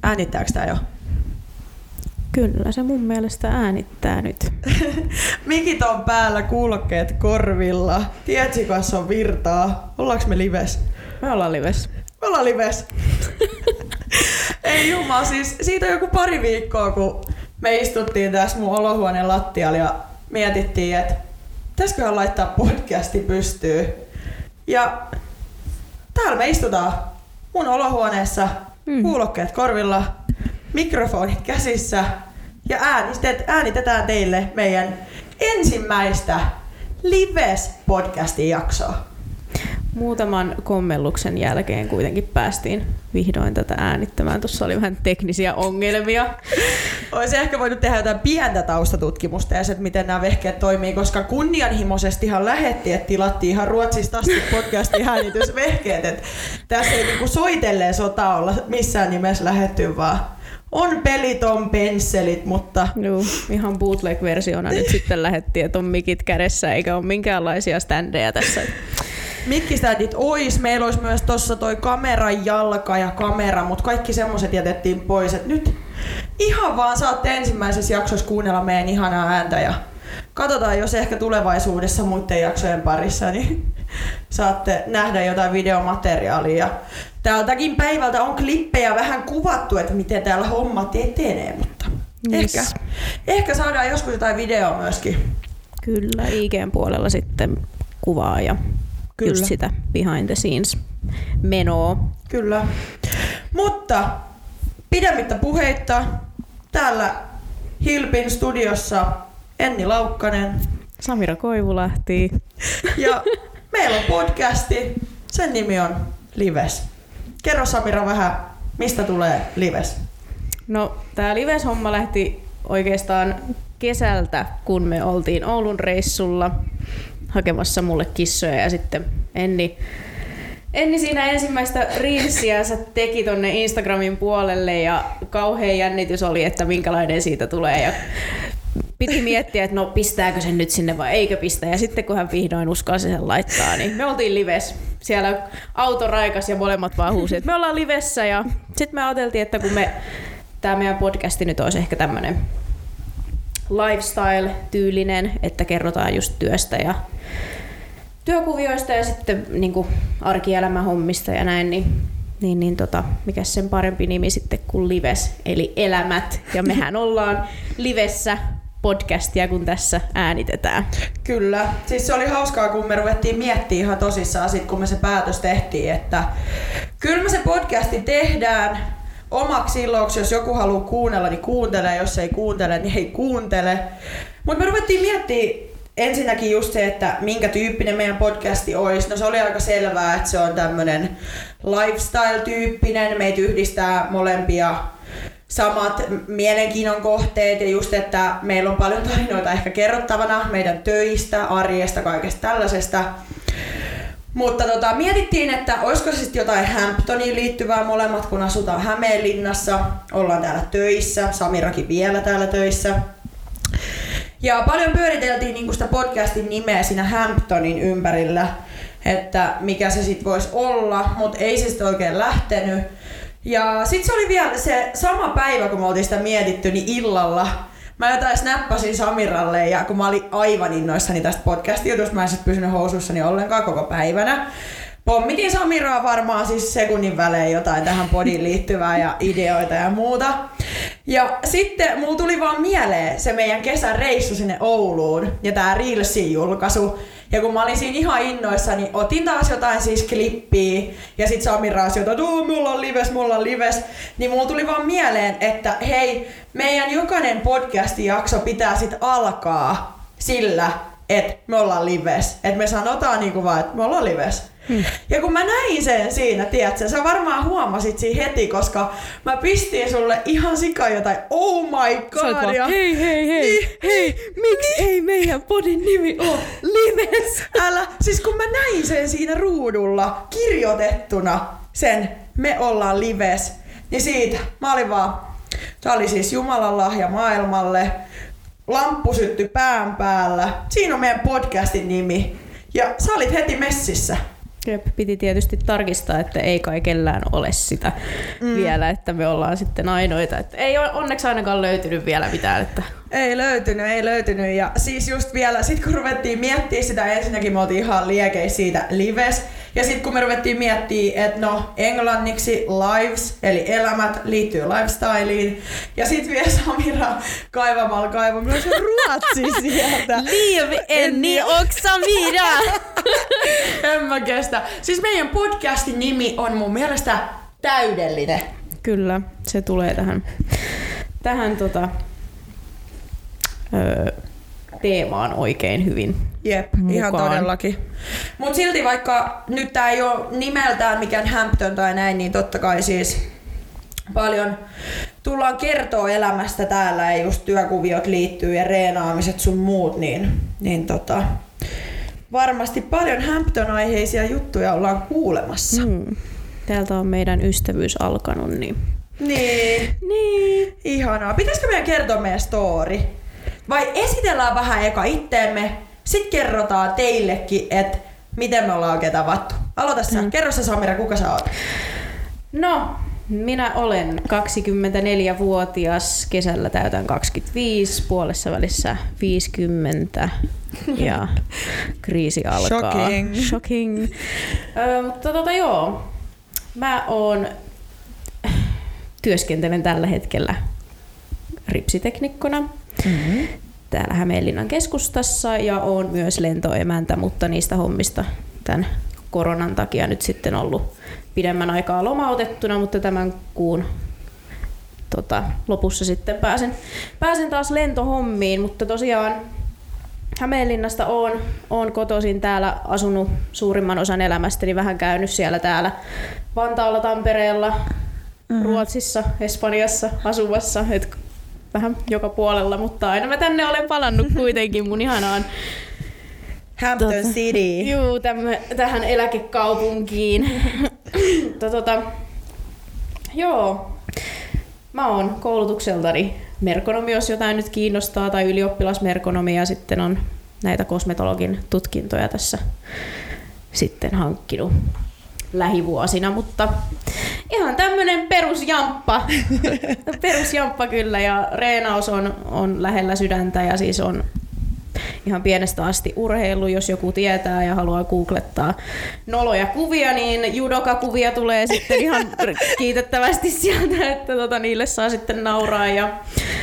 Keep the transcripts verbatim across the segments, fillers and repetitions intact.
äänittääkö tää jo? Kyllä se mun mielestä äänittää nyt. Mikit on päällä, kuulokkeet korvilla. Tiedätkö, jos on virtaa? Ollaanko me lives? Me ollaan lives. Me ollaan lives. Ei jumala, siis siitä on joku pari viikkoa, kun me istuttiin tässä mun olohuoneen lattialla ja mietittiin, että pitäisiköhän laittaa podcasti pystyyn. Ja täällä me istutaan mun olohuoneessa, mm. kuulokkeet korvilla, mikrofonit käsissä ja äänistet, äänitetään teille meidän ensimmäistä Lives-podcastin jaksoa. Muutaman kommelluksen jälkeen kuitenkin päästiin vihdoin tätä äänittämään. Tuossa oli vähän teknisiä ongelmia. Olisi ehkä voinut tehdä jotain pientä taustatutkimusta ja se, että miten nämä vehkeet toimii, koska kunnianhimoisestihan lähettiin, että tilattiin ihan Ruotsista asti podcastin äänitysvehkeet. Että tässä ei niinku soitelleen sota olla missään nimessä lähetty, vaan on pelit, on pensselit, mutta... Joo, ihan bootleg-versiona nyt sitten lähettiin, että on mikit kädessä eikä ole minkäänlaisia standeja tässä. Mikkistätit ois, meillä olisi myös tossa toi kameran jalka ja kamera, mutta kaikki semmoset jätettiin pois. Et nyt ihan vaan saatte ensimmäisessä jaksossa kuunnella meidän ihanaa ääntä ja katsotaan, jos ehkä tulevaisuudessa muiden jaksojen parissa, niin saatte nähdä jotain videomateriaalia. Tältäkin päivältä on klippejä vähän kuvattu, että miten täällä hommat etenee, mutta yes. ehkä, ehkä saadaan joskus jotain videoa myöskin. Kyllä, I G:n puolella sitten kuvaa ja Kyllä. just sitä behind the scenes menoa. Kyllä. Mutta pidemmittä puheitta täällä Hilpin studiossa Enni Laukkanen, Samira Koivulahti ja meillä on podcasti. Sen nimi on Lives. Kerro Samira vähän, mistä tulee Lives? No, tää Lives-homma lähti oikeastaan kesältä, kun me oltiin Oulun reissulla hakemassa mulle kissoja ja sitten Enni, Enni siinä ensimmäistä reelsiänsä teki tonne Instagramin puolelle ja kauhean jännitys oli, että minkälainen siitä tulee ja piti miettiä, että no pistääkö sen nyt sinne vai eikö pistä ja sitten kun hän vihdoin uskalsi sen laittaa, niin me oltiin lives. Siellä auto raikas ja molemmat vaan huusi, että me ollaan livessä ja sitten me ajateltiin, että kun me, tää meidän podcasti nyt olisi ehkä tämmönen lifestyle-tyylinen, että kerrotaan just työstä ja työkuvioista ja sitten niin kuin arkielämän hommista ja näin, niin, niin, niin tota, mikä sen parempi nimi sitten kuin Lives, eli elämät. Ja mehän ollaan livessä podcastia, kun tässä äänitetään. Kyllä. Siis se oli hauskaa, kun me ruvettiin miettimään ihan tosissaan sit, kun me se päätös tehtiin, että kyllä me se podcasti tehdään omaksi iloksi, jos joku haluaa kuunnella, niin kuuntelee, jos ei kuuntele, niin ei kuuntele. Mutta me ruvettiin miettimään ensinnäkin just se, että minkä tyyppinen meidän podcasti olisi. No se oli aika selvää, että se on tämmönen lifestyle-tyyppinen. Meitä yhdistää molempia samat mielenkiinnon kohteet ja just, että meillä on paljon tarinoita ehkä kerrottavana meidän töistä, arjesta, kaikesta tällaisesta. Mutta tota, mietittiin, että olisiko sitten jotain Hamptoniin liittyvää molemmat, kun asutaan Hämeenlinnassa, ollaan täällä töissä, Samirakin vielä täällä töissä. Ja paljon pyöriteltiin niinku sitä podcastin nimeä siinä Hamptonin ympärillä, että mikä se sitten voisi olla, mutta ei se sitten oikein lähtenyt. Ja sitten se oli vielä se sama päivä, kun me oltiin sitä mietitty, niin illalla mä jotain snappasin Samiralle ja kun mä olin aivan innoissani tästä podcast-jutusta, mä en sit pysynyt housuissani ollenkaan koko päivänä. Pommitin Samiraa varmaan siis sekunnin välein jotain tähän podiin liittyvää ja ideoita ja muuta. Ja sitten mulla tuli vaan mieleen se meidän kesän reissu sinne Ouluun ja tää Reelsin julkaisu. Ja kun mä olin siinä ihan innoissani, niin otin taas jotain siis klippiä ja sit Samira asia, että oh, me ollaan lives, me ollaan lives. Niin mulla tuli vaan mieleen, että hei, meidän jokainen podcastin jakso pitää sit alkaa sillä, että me ollaan lives. Että me sanotaan niinku vaan, että me ollaan lives. Hmm. Ja kun mä näin sen siinä, tiedätkö, sä varmaan huomasit siinä heti, koska mä pistin sulle ihan sika jotain, oh my god. Ja hei, hei, hei, niin, hei, miksi niin. ei meidän podin nimi ole Lives? Älä, siis kun mä näin sen siinä ruudulla kirjoitettuna, sen me ollaan lives, niin siitä mä olin vaan, tää oli siis Jumalan lahja maailmalle, lamppu syttyi pään päällä, siinä on meidän podcastin nimi. Ja sä olit heti messissä. Jep, piti tietysti tarkistaa, että ei kai kellään ole sitä mm. vielä, että me ollaan sitten ainoita. Että ei ole onneksi ainakaan löytynyt vielä mitään. Että... Ei löytynyt, ei löytynyt. Ja siis just vielä, sit kun ruvettiin miettimään sitä, ensinnäkin me oltiin ihan liekeissä siitä lives. Ja sitten kun me ruvettiin miettimään, että no englanniksi lives, eli elämät liittyy lifestyleen. Ja sitten vielä Samira kaivamalla kaivamalla se ruotsi sieltä. Liv enni och Samira! En mä kestä. Siis meidän podcastin nimi on mun mielestä täydellinen. Kyllä, se tulee tähän, tähän tota, öö, teemaan oikein hyvin. Jep, mukaan. Ihan todellakin. Mut silti vaikka nyt tää ei oo nimeltään mikään Hampton tai näin, niin totta kai siis paljon tullaan kertoa elämästä täällä ja just työkuviot liittyy ja reenaamiset sun muut, niin, niin tota, varmasti paljon Hampton-aiheisia juttuja ollaan kuulemassa. Hmm. Täältä on meidän ystävyys alkanut, niin... Niin. Niin. Ihanaa. Pitäisikö meidän kertoa meidän story? Vai esitellään vähän eka itteemme, sit kerrotaan teillekin, että miten me ollaan oikein tavattu. Aloita sä. Hmm. Kerro sä, Samira, kuka sä oot? No, minä olen kaksikymmentäneljävuotias, kesällä täytän kaksikymmentäviisi, puolessa välissä viisikymmentä ja kriisi alkaa. Shocking. Shocking. Ö, mutta tota joo, mä oon, työskentelen tällä hetkellä ripsiteknikkona mm-hmm. täällä Hämeenlinnan keskustassa ja oon myös lentoemäntä, mutta niistä hommista tämän koronan takia nyt sitten ollut pidemmän aikaa lomautettuna, mutta tämän kuun tota, lopussa sitten pääsen, pääsen taas lentohommiin, mutta tosiaan Hämeenlinnasta oon, oon kotoisin, täällä asunut suurimman osan elämästäni, vähän käynyt siellä täällä Vantaalla, Tampereella, mm-hmm. Ruotsissa, Espanjassa asuvassa, et vähän joka puolella, mutta aina mä tänne olen palannut kuitenkin mun ihanaan Hampton tota, City. Juu, tämmö, tähän eläkekaupunkiin. tota, tota, joo, mä oon koulutukseltani merkonomi, jos jotain nyt kiinnostaa, tai ylioppilasmerkonomi, ja sitten on näitä kosmetologin tutkintoja tässä sitten hankkinut lähivuosina, mutta ihan tämmönen perusjamppa. perusjamppa kyllä, ja reenaus on, on lähellä sydäntä, ja siis on ihan pienestä asti urheilu, jos joku tietää ja haluaa googlettaa noloja kuvia, niin judoka-kuvia tulee sitten ihan kiitettävästi sieltä, että tota, niille saa sitten nauraa ja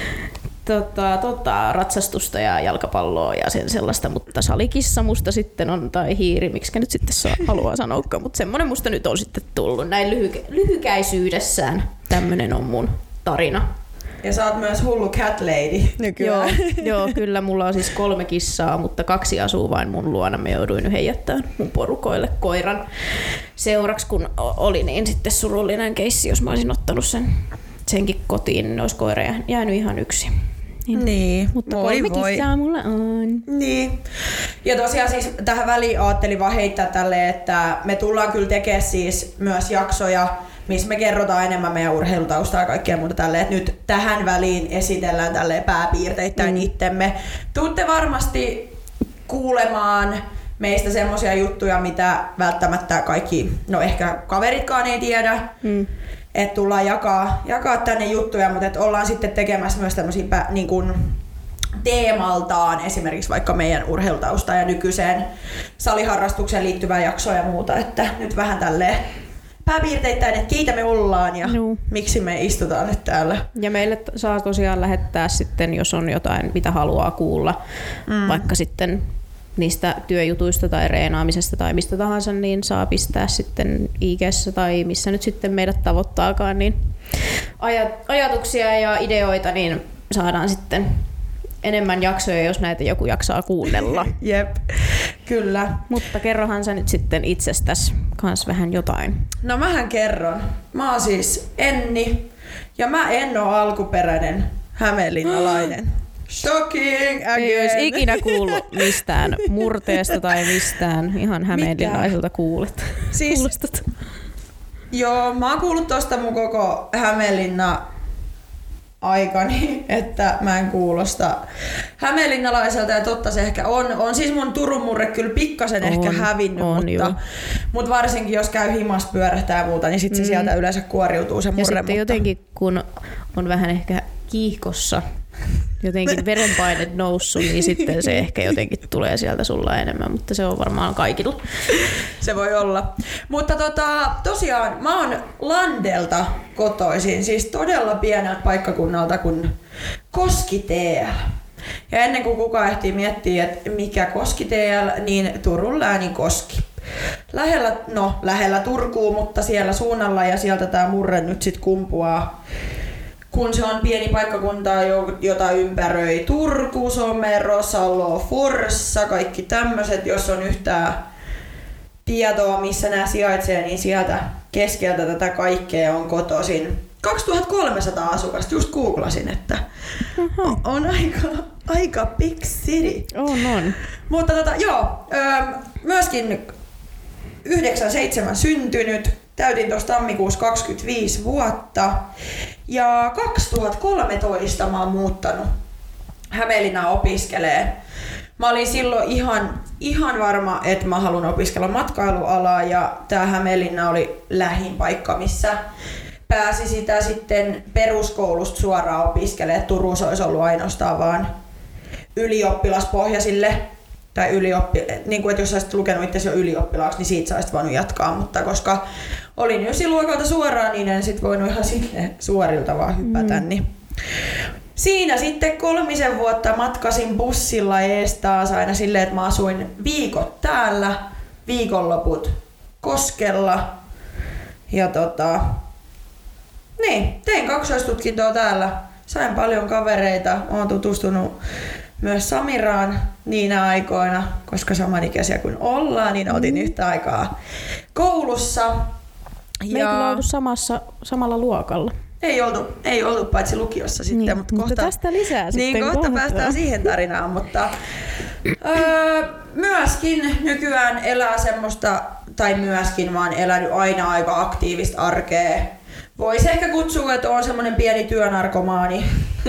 tota, tota, ratsastusta ja jalkapalloa ja sen sellaista, mutta salikissa musta sitten on, tai hiiri, miksi nyt sitten saa, haluaa sanoa, mutta semmonen musta nyt on sitten tullut näin lyhy- lyhykäisyydessään. Tämmönen on mun tarina. Ja sä oot myös hullu cat lady nykyään. Joo, joo, kyllä mulla on siis kolme kissaa, mutta kaksi asuu vain mun luona. Me jouduin yhden jättämään mun porukoille koiran seuraksi, kun oli niin sitten surullinen keissi, jos mä olisin ottanut sen, senkin kotiin, niin olisi koira jäänyt ihan yksin. Niin. Niin, mutta voi kolme voi. kissaa mulla on. Niin. Ja tosiaan siis tähän väliin ajattelin vaan heittää tälle, että me tullaan kyllä tekemään siis myös jaksoja, missä me kerrotaan enemmän meidän urheilutaustaa ja kaikkea muuta tälleen, että nyt tähän väliin esitellään tälleen pääpiirteittäin mm. itsemme. Tuutte varmasti kuulemaan meistä semmosia juttuja, mitä välttämättä kaikki, no ehkä kaveritkaan ei tiedä. Mm. Että tullaan jakaa, jakaa tänne juttuja, mutta että ollaan sitten tekemässä myös tämmöisiä niin kuin teemaltaan esimerkiksi vaikka meidän urheilutausta ja nykyiseen saliharrastukseen liittyvää jaksoa ja muuta, että nyt vähän tälleen pääpiirteittäin, että kiitä me ollaan ja no. miksi me istutaan nyt täällä. Ja meille saa tosiaan lähettää sitten, jos on jotain, mitä haluaa kuulla, mm. vaikka sitten niistä työjutuista tai reenaamisesta tai mistä tahansa, niin saa pistää sitten I G:ssä tai missä nyt sitten meidät tavoittaakaan, niin ajatuksia ja ideoita, niin saadaan sitten enemmän jaksoja, jos näitä joku jaksaa kuunnella. Jep, kyllä. Mutta kerrohan sä nyt sitten itsestäsi kans vähän jotain. No mähän kerron. Mä oon siis Enni ja mä en oo alkuperäinen hämeenlinnalainen. Shocking again. Ei olisi ikinä kuullut mistään murteesta tai mistään ihan hämeenlinnaiselta kuulet. Siis, kuulostat. Joo, mä oon kuullut tosta mun koko Hämeenlinna aikani, että mä en kuulosta hämeenlinnalaiselta ja totta se ehkä on. On siis mun Turun murre kyllä pikkasen on, ehkä hävinnyt, on, mutta, mutta varsinkin jos käy himas pyörähtää ja muuta, niin sitten mm. se sieltä yleensä kuoriutuu se murre. Ja sitten mutta... jotenkin kun on vähän ehkä kiihkossa, jotenkin verenpainet noussut, niin sitten se ehkä jotenkin tulee sieltä sulla enemmän, mutta se on varmaan kaikilla. Se voi olla. Mutta tota, tosiaan mä oon Landelta kotoisin, siis todella pieneltä paikkakunnalta kuin Koski T L. Ja ennen kuin kukaan ehtii miettiä, että mikä Koski T L, niin Turun läänin Koski. Lähellä, no lähellä Turkuun, mutta siellä suunnalla ja sieltä tää murre nyt sit kumpuaa. Kun se on pieni paikkakunta, jota ympäröi Turku, Somero, Salo, Forssa, kaikki tämmöiset, jos on yhtään tietoa, missä nämä sijaitsee, niin sieltä keskeltä tätä kaikkea on kotoisin. kaksituhattakolmesataa asukasta, just googlasin, että uh-huh. on aika, aika big city. On, on. Mutta tota, joo, myöskin yhdeksänkymmentäseitsemän syntynyt, täytin tuossa tammikuussa kaksikymmentäviisi vuotta ja kaksituhattakolmetoista mä oon muuttanut Hämeenlinnaan opiskelee. Mä olin silloin ihan, ihan varma, että mä haluan opiskella matkailualaa ja tää Hämeenlinna oli lähin paikka, missä pääsi sitä sitten peruskoulusta suoraan opiskelemaan. Turussa olisi ollut ainoastaan vaan ylioppilaspohjaisille. Tai ylioppi, niin kuin, että jos olisit lukenut itse jo ylioppilaaksi, niin siitä saisit voinut jatkaa. Mutta koska olin ysiluokalta suoraan, niin en sit voinut ihan sinne suorilta vaan hypätä. Mm. Niin. Siinä sitten kolmisen vuotta matkasin bussilla ees taas aina silleen, että mä asuin viikot täällä, viikonloput Koskella. Ja tota, niin, tein kaksoistutkintoa täällä. Sain paljon kavereita, oon tutustunut myös Samiraan niinä aikoina, koska samanikäisiä kuin ollaan, niin oltiin mm. yhtä aikaa koulussa. Me ja... ei kyllä oltu samassa, samalla luokalla. Ei oltu, ei oltu paitsi lukiossa sitten, niin, mutta, mutta kohta, tästä lisää niin, sitten. kohta päästään siihen tarinaan, mutta öö, myöskin nykyään elää semmoista, tai myöskin vaan elänyt aina aika aktiivista arkea. Voisi ehkä kutsua, että on semmoinen pieni työnarkomaani.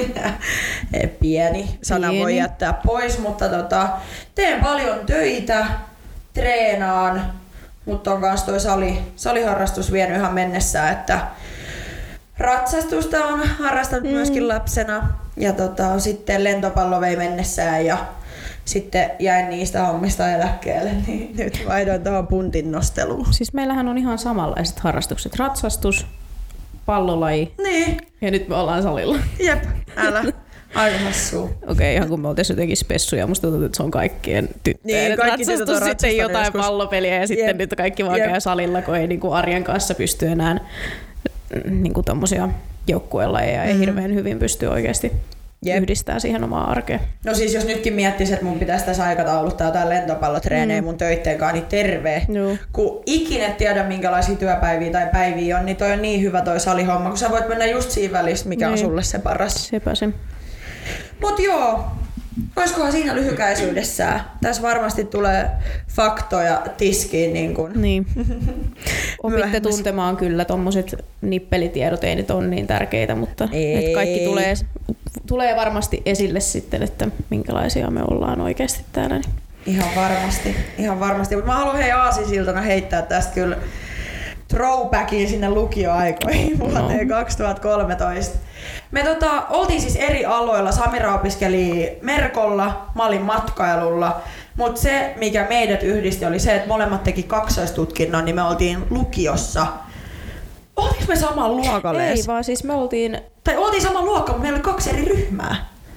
Pieni sana pieni. Voi jättää pois, mutta tota, teen paljon töitä, treenaan, mutta on myös toi sali, saliharrastus vienyt ihan mennessään, että ratsastusta on harrastanut mm. myöskin lapsena ja tota, sitten lentopallo vei mennessään ja sitten jäin niistä hommista eläkkeelle, niin nyt vaihdoin tuohon puntin nosteluun. Siis meillähän on ihan samanlaiset harrastukset, ratsastus, pallolaji niin. Ja nyt me ollaan salilla. Jep, älä. Aika hassua. Okei, okay, ihan kun me oltaisiin jotenkin spessuja, musta tuntuu, että se on kaikkien tyttöjen. Niin, kaikki ratsastus, on sitten jotain joskus. Pallopeliä ja sitten Jep. nyt kaikki vaan käy salilla, kun ei niinku arjen kanssa pysty enää niinku tommosia joukkuelajeja mm. ei hirveän hyvin pysty oikeasti Jep. yhdistää siihen omaan arkeen. No siis jos nytkin miettis, että mun pitäisi tässä aikatauluttaa jotain lentopallotreenejä mm. mun töitteen kanssa, niin terve. Joo. Kun ikinä tiedä minkälaisia työpäiviä tai päiviä on, niin toi on niin hyvä toi salihomma, kun sä voit mennä just siinä välissä, mikä niin. on sulle se paras. Sepä se. Mut joo, olisikohan siinä lyhykäisyydessään? Tässä varmasti tulee faktoja tiskiin. Niin kun. Niin. Opitte tuntemaan kyllä, tommoset nippelitiedot ei nyt ole niin tärkeitä, mutta et kaikki tulee, tulee varmasti esille sitten, että minkälaisia me ollaan oikeasti täällä. Niin. Ihan varmasti, ihan varmasti. Mutta mä haluan hei aasisiltana heittää tästä kyllä throwbackiin sinne lukioaikoihin vuoteen no. kaksituhattakolmetoista. Me tota, oltiin siis eri aloilla. Samira opiskeli Merkolla, mä olin matkailulla. Mutta se, mikä meidät yhdisti, oli se, että molemmat teki kaksoistutkinnon, niin me oltiin lukiossa. Oltiinko me saman luokalla? Ei, vaan siis me oltiin... Tai oltiin saman luokka, mutta meillä oli kaksi eri ryhmää.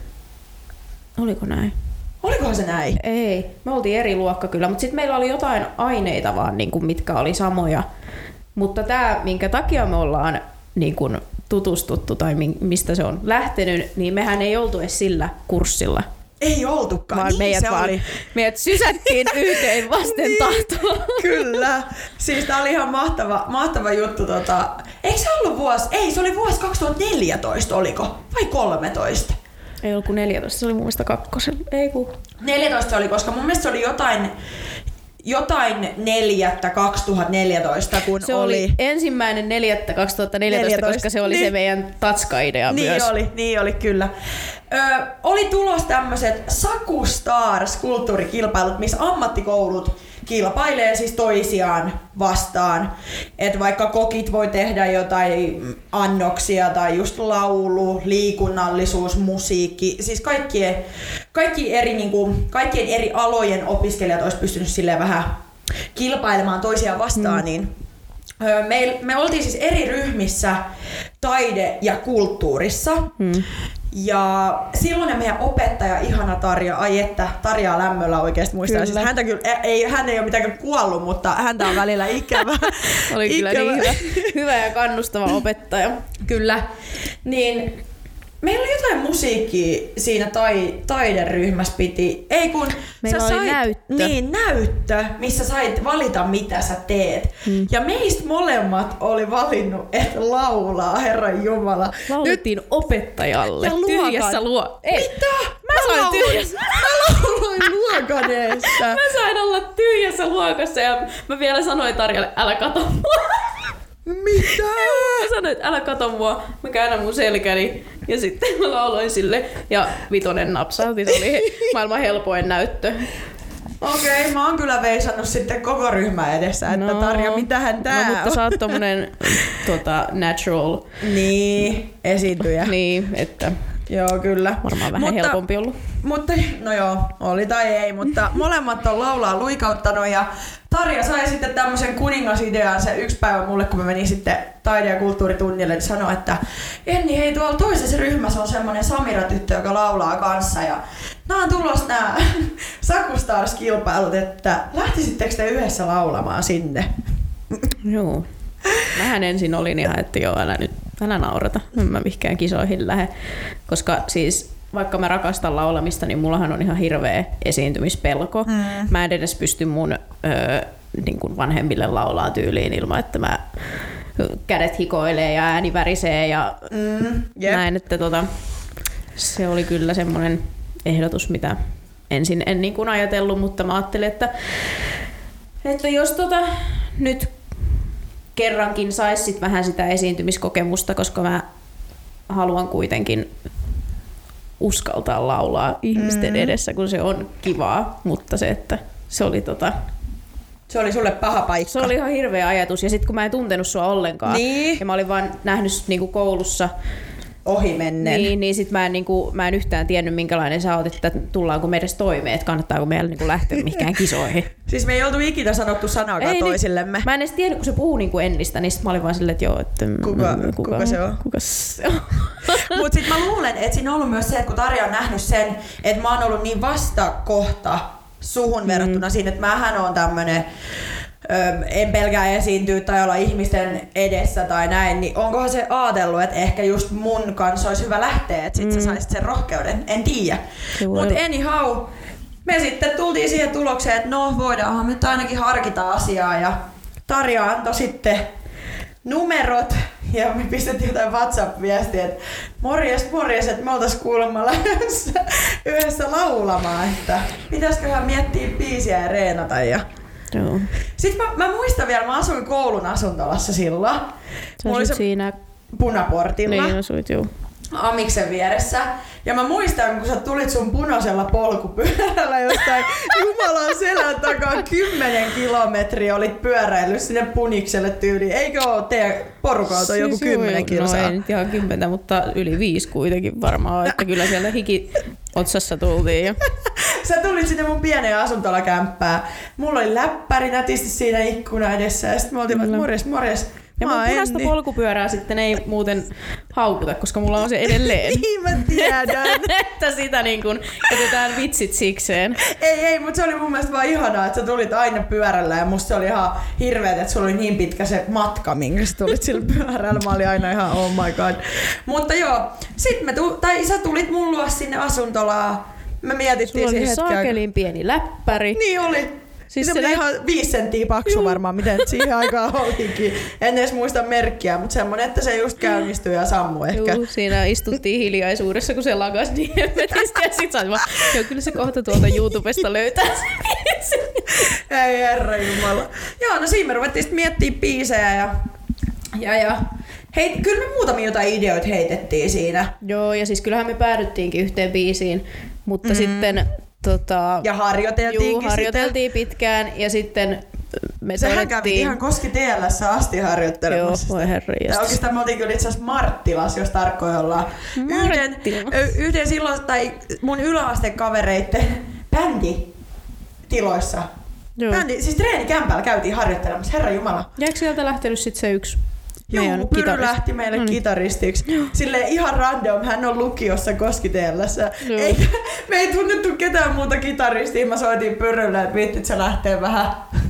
Oliko näin? Olikohan se näin? Ei, me oltiin eri luokka kyllä, mutta sitten meillä oli jotain aineita vaan, niin kuin, mitkä oli samoja. Mutta tämä, minkä takia me ollaan niin kuin, tutustuttu tai mistä se on lähtenyt, niin mehän ei oltu edes sillä kurssilla. Ei oltukaan, vaan niin meidät se vaan, oli. Meidät sysättiin yhteen vasten niin, tahtoa. Kyllä. Siis tää oli ihan mahtava, mahtava juttu. Tota. Eikö se ollut vuosi? Ei, se oli vuosi kaksituhattaneljätoista, oliko? Vai kolmetoista? Ei ollut kuin neljätoista, se oli mun mielestä kakkosen. Ei kun. neljätoista oli, koska mun mielestä se oli jotain, jotain neljättä kaksituhattaneljätoista, kun se oli... oli ensimmäinen neljättä kaksituhattaneljätoista, neljätoista koska se oli niin, se meidän Tatska-idea niin myös. Oli, niin oli, kyllä. Ö, oli tulos tämmöiset Saku Stars kulttuurikilpailut, missä ammattikoulut kilpailee siis toisiaan vastaan. Että vaikka kokit voi tehdä jotain annoksia tai just laulu, liikunnallisuus, musiikki, siis kaikkien, kaikki eri, niin kuin, kaikkien eri alojen opiskelijat olisi pystynyt silleen vähän kilpailemaan toisiaan vastaan, mm. niin me, me oltiin siis eri ryhmissä taide- ja kulttuurissa. Mm. Ja silloin meidän opettaja, ihana Tarja, ai että Tarjaa lämmöllä oikeasti muistaa. Siis häntä kyllä, ei, hän ei ole mitenkään kuollut, mutta häntä on välillä ikävä. Oli ikävä. kyllä niin hyvä, hyvä ja kannustava opettaja. Kyllä. Niin meillä oli jotain musiikkia siinä tai, taideryhmässä piti. Ei kun meillä sä oli sait, näyttö. Niin, näyttö, missä sait valita mitä sä teet. Hmm. Ja meistä molemmat oli valinnut, että laulaa, Herran Jumala. Laulettiin Nyt... opettajalle. Ja tyhjässä luo. Ei. Mitä? Mä, mä sain tyhjässä. Mä lauloin luokaneessa. Mä sain olla tyhjässä luokassa ja mä vielä sanoin Tarjalle, älä kato mua. Mitä? Mä sanoin, että älä kato mua, mä käännän mun selkäni ja sitten mä lauloin sille ja vitonen napsauti, se oli maailman helpoin näyttö. Okei, okay, mä oon kyllä veisannut sitten koko ryhmän edessä, että no, Tarja, mitähän tää no, on? mutta sä oot tommonen tota, natural. Niin, esiintyjä. Niin, että joo, kyllä. Varmaan vähän mutta, helpompi ollut. Mutta, no joo, oli tai ei, mutta molemmat on laulaa luikauttanut ja Tarja sai sitten tämmöisen kuningasidean se yksi päivä mulle, kun mä menin sitten taide- ja kulttuuritunnille, niin sanoi, että Enni, hei, tuolla toisessa ryhmässä on semmoinen Samira-tyttö, joka laulaa kanssa ja nää on tulossa nää Saku Stars-kilpailut, että lähtisittekö te yhdessä laulamaan sinne? Joo. Mähän ensin olin ihan, että joo, älä nyt, älä naurata, en mä mihinkään kisoihin lähde, koska siis vaikka mä rakastan laulamista, niin mullahan on ihan hirveä esiintymispelko. Mm. Mä en edes pysty mun öö, niin kuin vanhemmille laulaa tyyliin ilman, että mä kädet hikoilee ja ääni värisee ja mm. yep. näin, että tota, se oli kyllä semmoinen ehdotus, mitä ensin en niin kuin ajatellut, mutta mä ajattelin, että, että jos tota, nyt kerrankin sais sit vähän sitä esiintymiskokemusta, koska mä haluan kuitenkin uskaltaa laulaa ihmisten mm. edessä, kun se on kivaa, mutta se, että se oli tota... Se oli sulle paha paikka. Se oli ihan hirveä ajatus, ja sitten kun mä en tuntenut sua ollenkaan, niin. ja mä olin vaan nähnyt niinku koulussa ohi mennen. Niin, niin sit mä en, niinku, mä en yhtään tiennyt, minkälainen sä oot, että tullaanko me edes toimeen, että kannattaako meillä niinku lähteä mihinkään kisoihin. Siis me ei oltu ikinä sanottu sanaakaan toisillemme. Niin, mä en edes tiennyt, kun se puhuu niinku Ennistä, niin sit mä olin vaan silleen, että joo, että kuka, kuka, kuka se on? Kuka se on? Mut sit mä luulen, että siinä on ollut myös se, että kun Tarja on nähnyt sen, että mä oon ollut niin vastakohta suhun mm. verrattuna siinä, että mähän on tämmönen Öö, en pelkää esiintyä tai olla ihmisten edessä tai näin, niin onkohan se ajatellut, että ehkä just mun kanssa olisi hyvä lähteä, että sit mm. sä saisit sen rohkeuden, en tiedä. Mutta anyhow, me sitten tultiin siihen tulokseen, että no voidaanhan nyt ainakin harkita asiaa ja Tarja antoi sitten numerot ja me pistettiin jotain WhatsApp-viestiä, että morjes, morjes, että me oltais kuulemma lähdössä yhdessä laulamaan, että pitäisiköhän miettiä biisiä ja reenata ja joo. Sitten mä, mä muistan vielä, mä asuin koulun asuntolassa silloin. Sä asut siinä Punaportilla. Niin asuit, juu. Amiksen vieressä. Ja mä muistan, kun sä tulit sun punaisella polkupyörällä jostain Jumalan selän takaa kymmenen kilometriä olit pyöräillyt sinne Punikselle tyyliin. Eikö oo teidän porukalta joku siis kymmenen kilsaa? No ei nyt ihan kymmentä, mutta yli viisi kuitenkin varmaan, että kyllä sieltä hiki otsassa tultiin. Ja sä tulit sinne mun pieneen asuntolakämppään. Mulla oli läppäri nätisti siinä ikkuna edessä ja sit me oltiin, että morjes, morjes. Ja mun punaista Enni. polkupyörää sitten ei muuten haukuta, koska mulla on se edelleen. Niin mä tiedän. Että sitä niin kun jätetään vitsit sikseen. Ei, ei, mutta se oli mun mielestä vaan ihanaa, että sä tulit aina pyörällä ja musta se oli ihan hirveet, että sulla oli niin pitkä se matka, minkä sä tulit sillä pyörällä. Mä olin aina ihan oh my god. Mutta joo, sit me tu- tai sä tulit mun luo sinne asuntolaan. Me mietittiin sulla siihen oli hetken. saakelin pieni läppäri. Niin oli. Siis se, se näin... ihan viisi senttiä paksu Juu. varmaan, miten siihen aikaan olikin. En edes muista merkkiä, mutta semmoinen, että se just käynnistyi ja sammui ehkä. Juu, siinä istuttiin hiljaisuudessa, kun se lakas niin hemmetisti. Ja sit sä vaan, joo, kyllä se kohta tuolta YouTubesta löytää se. Ei herra jumala. Joo, no siinä me ruvettiin sitten miettimään biisejä ja... ja, ja. Hei, kyllä me muutamia jotain ideoita heitettiin siinä. Joo, ja siis kyllähän me päädyttiinkin yhteen biisiin, mutta mm. sitten... Tota, ja harjoiteltiinkin juu, harjoiteltiin sitten. pitkään ja sitten me Sehän todettiin... kävi ihan Koski T L:ssä asti harjoittelemassa. Joo, voi herranjestas. Oikeastaan me oltiin kyllä itse asiassa Marttilas, jos tarkkoja ollaan. Yhden, yhden silloin, tai mun yläasteen kavereitten bänditiloissa. Bändi, siis treenikämpällä käytiin harjoittelemassa, herra jumala. Ja eikö sieltä lähtenyt sitten se yksi? Joo, Pyry lähti meille no niin. kitaristiksi. Silleen ihan random, hän on lukiossa Koski T L:ssä. Eikä, me ei tunnettu ketään muuta kitaristia. Mä soitin Pyrylle, että vittit se lähtee vähän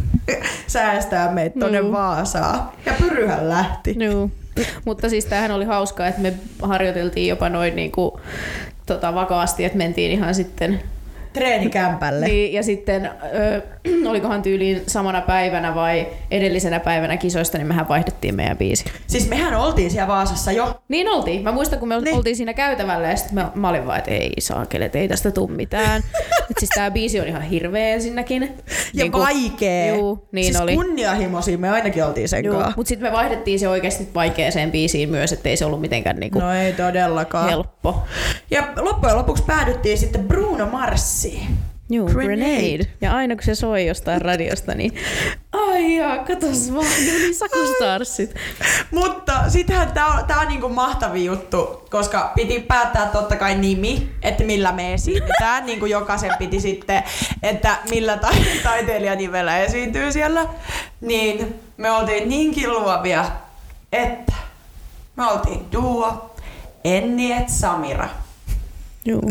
säästää meitä tonne no. Vaasaan. Ja Pyryhän lähti. No. Mutta siis tämähän oli hauskaa, että me harjoiteltiin jopa noin niinku, tota, vakaasti, että mentiin ihan sitten... treenikämpälle. Niin, ja sitten ö, olikohan tyyliin samana päivänä vai edellisenä päivänä kisoista, niin mehän vaihdettiin meidän biisi. Siis mehän oltiin siellä Vaasassa jo. Niin oltiin. Mä muistan, kun me niin. oltiin siinä käytävällä ja sitten mä, mä olin vaan, että ei saakele, ei tästä tuu mitään. Et siis tää biisi on ihan hirveä ensinnäkin. Ja niin vaikee. Juu, niin siis oli. Kunnianhimoisia me ainakin oltiin sen kanssa. Mutta sitten me vaihdettiin se oikeasti vaikeaseen biisiin myös, ettei se ollut mitenkään niinku no ei todellakaan. helppo. Ja loppujen lopuksi päädyttiin sitten Bruno Marsiin. Joo, Grenade. Grenade. Ja aina kun se soi jostain radiosta, niin ai jaa, katos vaan, niin Sakustarsit. Mutta sittenhän tää on, tää on niinku mahtavin juttu, koska piti päättää totta kai nimi, että millä me esiinnytään. Niinku jokaisen piti sitten, että millä ta- taiteilijanimellä esiintyy siellä. Niin me oltiin niinkin luovia, että me oltiin duo Enni et Samira. Joo.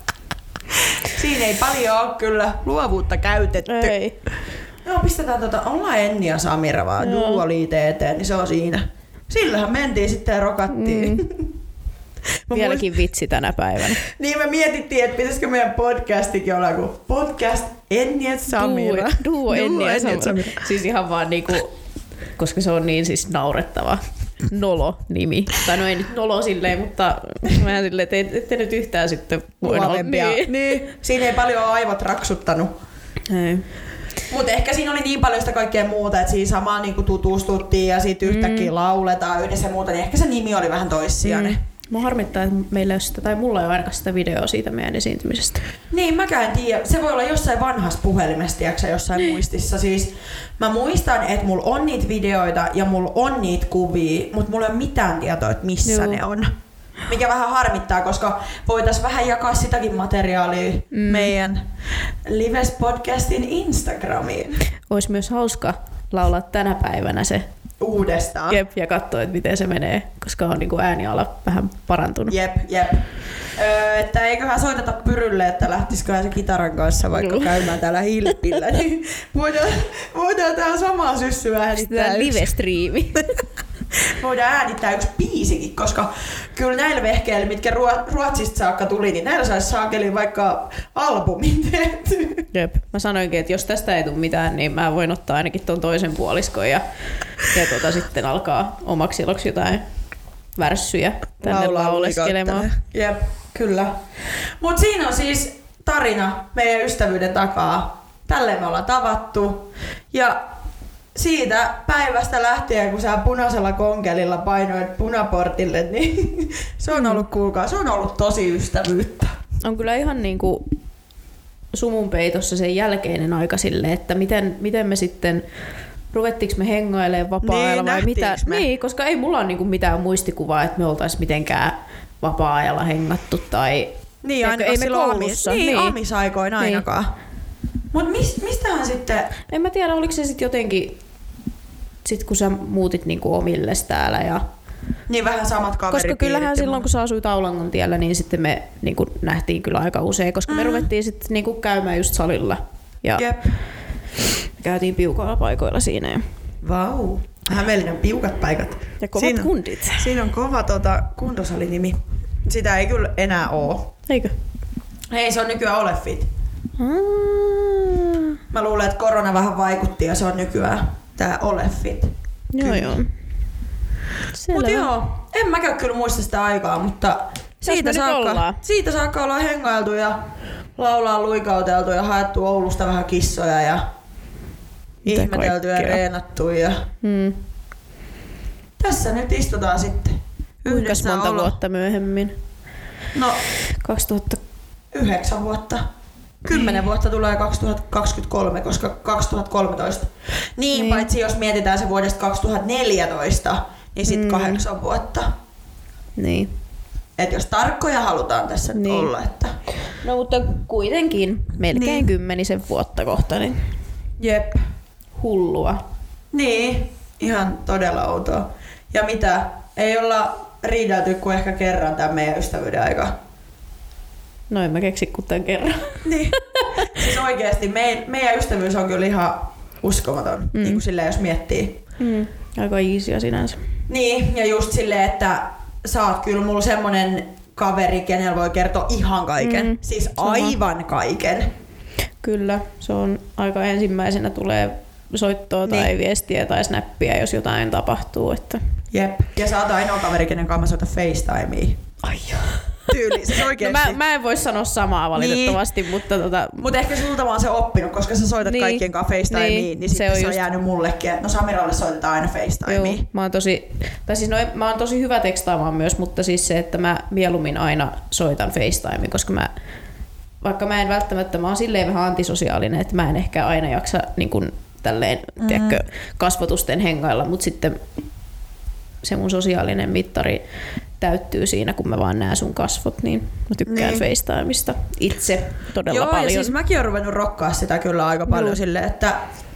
Siinä ei paljon ole kyllä luovuutta käytetty. Ei. No pistetään tota, ollaan Enni ja Samira vaan, no. duo liite eteen, niin se on siinä. Sillähän mentiin sitten ja rokattiin. Mm. Vieläkin muist... vitsi tänä päivänä. Niin me mietittiin, että pitäisikö meidän podcastikin olla kuin podcast Enni et Samira. Duo, duo Enni ja Samira. Samira. Siis ihan vaan niinku, koska se on niin siis naurettava. Nolo-nimi. Tai no ei nyt nolo silleen, mutta mä silleen, että ette nyt yhtään sitten voi olla. Niin. niin. Siinä ei paljon ole aivot raksuttanut. Ei. Mutta ehkä siinä oli niin paljon sitä kaikkea muuta, että siinä samaan niinku tutustuttiin ja sitten yhtäkkiä mm. lauletaan yhdessä ja muuta, niin ehkä se nimi oli vähän toissijainen. Mm. Mua harmittaa, että meillä ei ole sitä, tai mulla ei ole ainakaan sitä videoa siitä meidän esiintymisestä. Niin, mäkään en tiedä. Se voi olla jossain vanhassa puhelimessa, tiiäksä, jossain niin. muistissa. Siis mä muistan, että mulla on niitä videoita ja mulla on niitä kuvia, mutta mulla ei ole mitään tietoa, että missä Joo. ne on. Mikä vähän harmittaa, koska voitaisiin vähän jakaa sitäkin materiaalia mm. meidän Lives-podcastin Instagramiin. Olisi myös hauska laulaa tänä päivänä se uudestaan. Jep, ja katsoa, että miten se menee, koska on niinku ääniala vähän parantunut. Jep, jep. Öö, että eiköhän soiteta Pyrylle, että lähtisiköhän se kitaran kanssa vaikka käymään täällä Hilpillä, niin voidaan, voidaan tähän samaan syssyyn äänittää live-striimi. Voidaan äänittää yksi biisikin, koska kyllä näillä vehkeillä, mitkä Ruotsista saakka tuli, niin näillä saisi saakeliin vaikka albumin tehty. Jep. Mä sanoinkin, että jos tästä ei tule mitään, niin mä voin ottaa ainakin ton toisen puoliskon ja, ja tuota, sitten alkaa omaksi iloksi jotain värssyjä tänne lauleskelemaan. Jep, kyllä. Mut siinä on siis tarina meidän ystävyyden takaa. Tälleen me ollaan tavattu. Ja siitä päivästä lähtien, kun sä punaisella konkelilla painoit punaportille, niin se on ollut, kuulkaa, se on ollut tosi ystävyyttä. On kyllä ihan niinku sumun peitossa sen jälkeinen aika sille, että miten, miten me sitten, ruvettiinko me hengailemaan vapaa-ajalla niin, vai mitä? Me? Niin, koska ei mulla ole niinku mitään muistikuvaa, että me oltais mitenkään vapaa-ajalla hengattu tai niin, ainakaan ei me koulussa. Niin, niin. Amisaikoin ainakaan. Niin. Mut mis, mistähän sitten... En mä tiedä, oliko se sitten jotenkin, sit kun sä muutit niinku omilles täällä ja... Niin vähän samat kaveripiirit. Koska kyllähän silloin, kun sä asuit Aulangon tiellä, niin sitten me niinku nähtiin kyllä aika usein, koska mm. me ruvettiin sitten niinku käymään just salilla. Ja Jep. käytiin piukoilla paikoilla siinä. Ja... Vau. Hämeenlinnan piukat paikat. Ja kovat siinä, kundit. Siinä on kova tota, kuntosalinimi. Sitä ei kyllä enää oo. Eikö? Hei, se on nykyään Ole Fit. Mm. Mä luulen, että korona vähän vaikutti ja se on nykyään tää Ole Fit. Joo joo. Mut joo, en mäkään kyllä muista sitä aikaa, mutta siitä saakka, siitä saakka ollaan hengailtu ja laulaa luikauteltu ja haettu Oulusta vähän kissoja ja mitä ihmetelty kaikkea. Ja reenattu. Ja hmm. Tässä nyt istutaan sitten. Kuinka monta olo. vuotta myöhemmin? No, kaksituhattayhdeksän vuotta. Kymmenen vuotta tulee kaksituhattakaksikymmentäkolme, koska kaksituhattakolmetoista. Niin, niin, paitsi jos mietitään se vuodesta kaksituhattaneljätoista, niin sitten mm. kahdeksan vuotta. Niin. Et jos tarkkoja halutaan tässä niin. olla. Että... No mutta kuitenkin melkein niin. kymmenisen vuotta kohta. Niin... Jep. Hullua. Niin, ihan todella outoa. Ja mitä? Ei olla riidelty kuin ehkä kerran tämän meidän ystävyyden aikaa. No en mä keksi kuin tämän kerran. Niin. Siis oikeesti me, meidän ystävyys on kyllä ihan uskomaton, mm. niin kuin silleen jos miettii. Mm. Aika easyä sinänsä. Niin, ja just silleen, että sä oot kyllä mulla semmonen kaveri, kenellä voi kertoa ihan kaiken. Mm. Siis aivan kaiken. Kyllä, se on aika ensimmäisenä tulee soittoa tai niin. viestiä tai snappia, jos jotain tapahtuu. Että... Jep. Ja sä oot ainoa kaveri, kenen kanssa mä soitan FaceTimea. Ai joo. Tyyli, siis oikeesti. No mä, mä en voi sanoa samaa valitettavasti, niin. mutta tota... Mut ehkä sulta vaan se oppinut, koska sä soitat niin. kaikkien kanssa FaceTimea, niin, niin sitten se on, se on just... jäänyt mullekin. No Samiralle soitetaan aina FaceTimea. Joo, mä oon tosi, tai siis no, mä oon tosi hyvä tekstaamaan myös, mutta siis se, että mä mieluummin aina soitan FaceTimea, koska mä, vaikka mä en välttämättä, mä oon silleen vähän antisosiaalinen, että mä en ehkä aina jaksa niin kun, tälleen, mm-hmm. tiedätkö, kasvatusten hengailla, mutta sitten se mun sosiaalinen mittari täyttyy siinä, kun mä vaan näen sun kasvot, niin mä tykkään niin. FaceTimesta itse todella Joo, paljon. Joo, ja siis mäkin oon ruvennut rokkaa sitä kyllä aika paljon no. silleen, että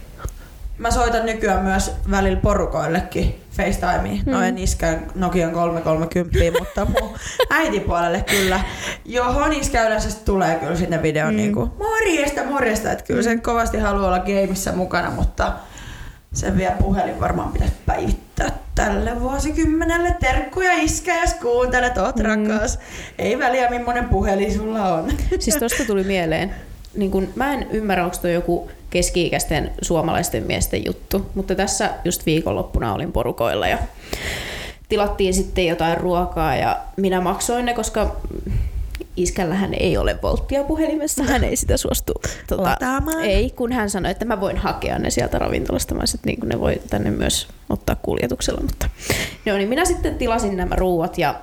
mä soitan nykyään myös välillä porukoillekin FaceTimea. Hmm. No en iskään Nokian kolme kolmekymmentä, mutta mun äitipuolelle kyllä. Johon iskä yleensä tulee kyllä sinne videon hmm. niinku morjesta, morjesta. Että kyllä sen kovasti haluaa olla gameissa mukana, mutta sen vielä puhelin varmaan pitäisi päivittää tälle vuosikymmenelle. Terkkuja iskä, jos kuuntelet, oot mm. rakas. Ei väliä, millainen puhelin sulla on. Siis tosta tuli mieleen. Niin kun, mä en ymmärrä, onko toi joku keski-ikäisten suomalaisten miesten juttu, mutta tässä just viikonloppuna olin porukoilla ja tilattiin sitten jotain ruokaa ja minä maksoin ne, koska iskällähän ei ole volttia puhelimessa, hän ei sitä suostu tota, ei, kun hän sanoi, että mä voin hakea ne sieltä ravintolasta, mä sit, niin kun ne voi tänne myös ottaa kuljetuksella, mutta no, niin minä sitten tilasin nämä ruuat ja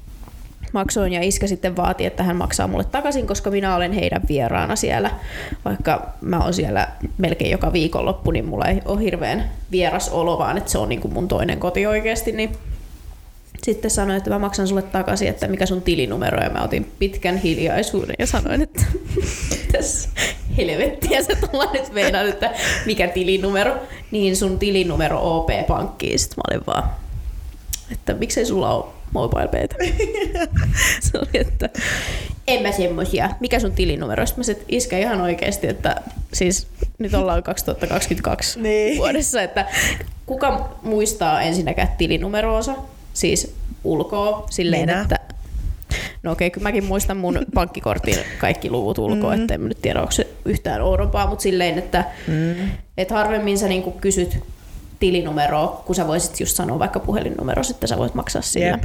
maksoin ja iskä sitten vaati, että hän maksaa mulle takaisin, koska minä olen heidän vieraana siellä, vaikka mä oon siellä melkein joka viikonloppu, niin mulla ei ole hirveän vieras olo, vaan että se on niin kuin mun toinen koti oikeasti, niin sitten sanoin, että mä maksan sulle takaisin, että mikä sun tilinumero, ja mä otin pitkän hiljaisuuden ja sanoin, että mitäs helvettiä sä tulla nyt meinaan, että mikä tilinumero, niin sun tilinumero O P-pankkiin. Sitten mä olin vaan, että miksei sulla ole MobilePaytä? Se oli, että en mä semmosia. Mikä sun tilinumero? Sitten mä sit iskä ihan oikeesti, että siis nyt ollaan kaksituhattakaksikymmentäkaksi niin. vuodessa, että kuka muistaa ensinnäkään tilinumeroonsa? Siis ulkoa silleen, Minä. että no okei, okay, mäkin muistan mun pankkikortin kaikki luvut ulkoa, mm. että en nyt tiedä, onko se yhtään oudompaa, mutta silleen, että mm. et harvemmin sä niinku kysyt tilinumeroa, kun sä voisit just sanoa vaikka puhelinnumero, että sä voit maksaa sillä. Jep.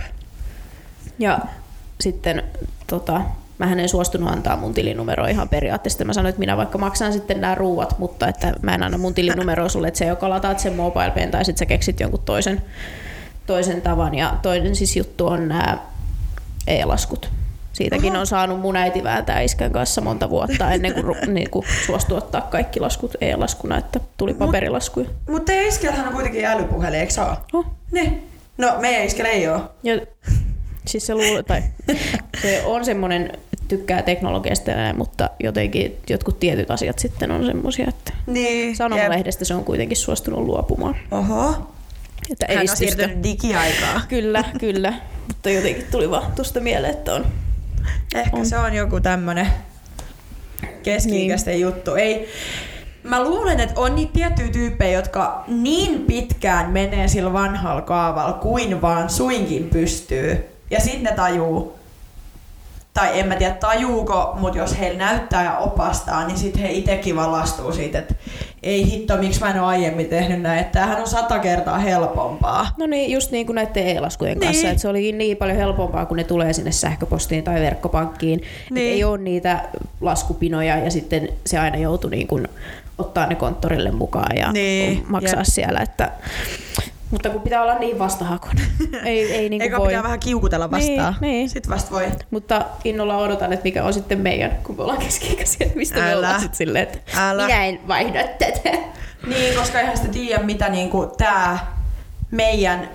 Ja sitten tota, mähän en suostunut antaa mun tilinumeroa ihan periaatteessa. Mä sanoin, että minä vaikka maksan sitten nämä ruuat, mutta että mä en anna mun tilinumeroa sulle, että sä joko lataat sen MobilePayn tai sitten sä keksit jonkun toisen toisen tavan, ja toinen siis juttu on nämä e-laskut. Siitäkin Oho. on saanut mun äiti vääntää iskän kanssa monta vuotta ennen kuin, niin kuin suostui ottaa kaikki laskut e-laskuna, että tuli paperilaskuja. Mutta mut teidän iskellähän on kuitenkin älypuhelin, eikö saa? Oh. Niin. No meidän iskellä ei oo. Ja, siis se, luulee, tai, se on semmoinen, tykkää teknologiasta, mutta jotenkin jotkut tietyt asiat sitten on semmoisia, että niin, sanomalehdestä se on kuitenkin suostunut luopumaan. Oho. Että hän on siirtynyt digiaikaa. Kyllä, kyllä. Mutta jotenkin tuli vaan tuosta mieleen, että on. Ehkä on. Se on joku tämmönen keski-ikäisten niin. juttu. Ei, mä luulen, että on niitä tiettyjä tyyppejä, jotka niin pitkään menee sillä vanhalla kaavalla kuin vaan suinkin pystyy. Ja sitten ne tajuu, tai en mä tiedä tajuuko, mutta jos heillä näyttää ja opastaa, niin sitten he itsekin valastuu siitä, että ei hitto, miksi mä en ole aiemmin tehnyt näin, että tämähän on sata kertaa helpompaa. No niin, just niin kuin näiden e-laskujen kanssa, niin. Että se oli niin paljon helpompaa, kun ne tulee sinne sähköpostiin tai verkkopankkiin, niin. Että ei ole niitä laskupinoja ja sitten se aina joutui niin kuin ottaa ne konttorille mukaan ja niin. maksaa Jep. siellä, että mutta kun pitää olla niin vastahakoinen. ei, ei niin Eikä voi. pitää vähän kiukutella vastaan. Niin, niin. Sitten vasta voi. Mutta innolla odotan, että mikä on sitten meidän, kun me ollaan keski-ikäisiä, mistä Älä. me ollaan sitten silleen, että Älä. minä en vaihda tätä. Niin, koska eihän sitä tiedä, mitä niinku tää meidän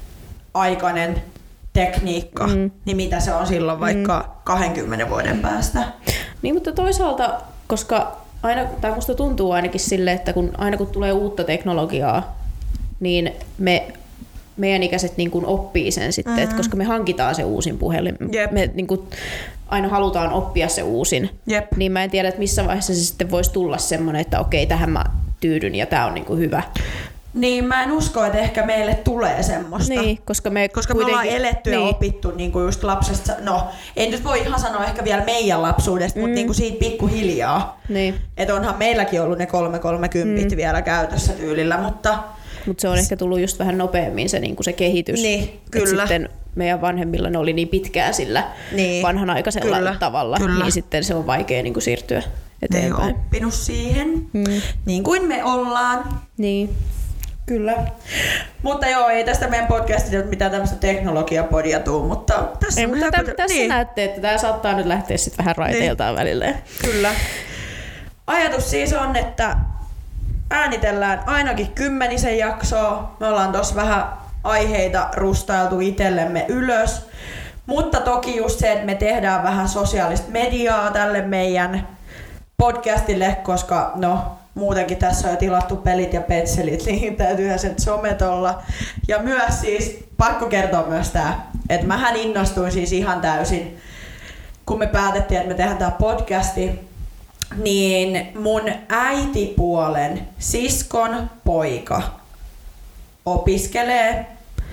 aikainen tekniikka, mm. niin mitä se on silloin vaikka mm. kahdenkymmenen vuoden päästä. Niin, mutta toisaalta, koska aina, tai musta tuntuu ainakin silleen, että kun, aina kun tulee uutta teknologiaa, niin me, meidän ikäiset niin kuin oppii sen sitten, mm-hmm. että koska me hankitaan se uusin puhelin, Jep. me niin kuin aina halutaan oppia se uusin, Jep. niin mä en tiedä, että missä vaiheessa se sitten voisi tulla semmoinen, että okei, tähän mä tyydyn ja tää on niin kuin hyvä. Niin, mä en usko, että ehkä meille tulee semmoista. Niin, koska me, koska me ollaan eletty niin. ja opittu niin kuin just lapsesta, no en nyt voi ihan sanoa ehkä vielä meidän lapsuudesta, mm. mutta niin kuin siitä pikkuhiljaa. Niin. Että onhan meilläkin ollut ne kolme kolmekymmentä mm. vielä käytössä tyylillä, mutta Mutta se on ehkä tullut just vähän nopeammin se, niin kuin se kehitys. Niin, kyllä. Sitten meidän vanhemmilla ne oli niin pitkään sillä niin, vanhanaikaisella kyllä, tavalla, kyllä. niin sitten se on vaikea niin kuin siirtyä eteenpäin. Ne on oppinut siihen, mm. niin kuin me ollaan. Niin, kyllä. Mutta joo, ei tästä meidän podcastista mitään tämmöistä teknologiapodia tuu, mutta tässä, ei, on mutta tämä, tässä niin. näette, että tämä saattaa nyt lähteä sitten vähän raiteiltaan niin. välillä. Kyllä. Ajatus siis on, että äänitellään ainakin kymmenisen jaksoa. Me ollaan tossa vähän aiheita rustailtu itsellemme ylös. Mutta toki just se, että me tehdään vähän sosiaalista mediaa tälle meidän podcastille, koska no muutenkin tässä on jo tilattu pelit ja petselit, niin täytyyhän sen somet olla. Ja myös siis, pakko kertoa myös tää, että mähän innostuin siis ihan täysin, kun me päätettiin, että me tehdään tää podcasti. Niin mun äitipuolen siskon poika opiskelee.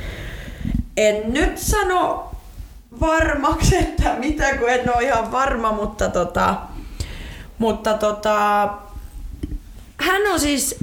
En nyt sano varmaksi, että mitä, kun en ole ihan varma, mutta tota, mutta tota, hän on siis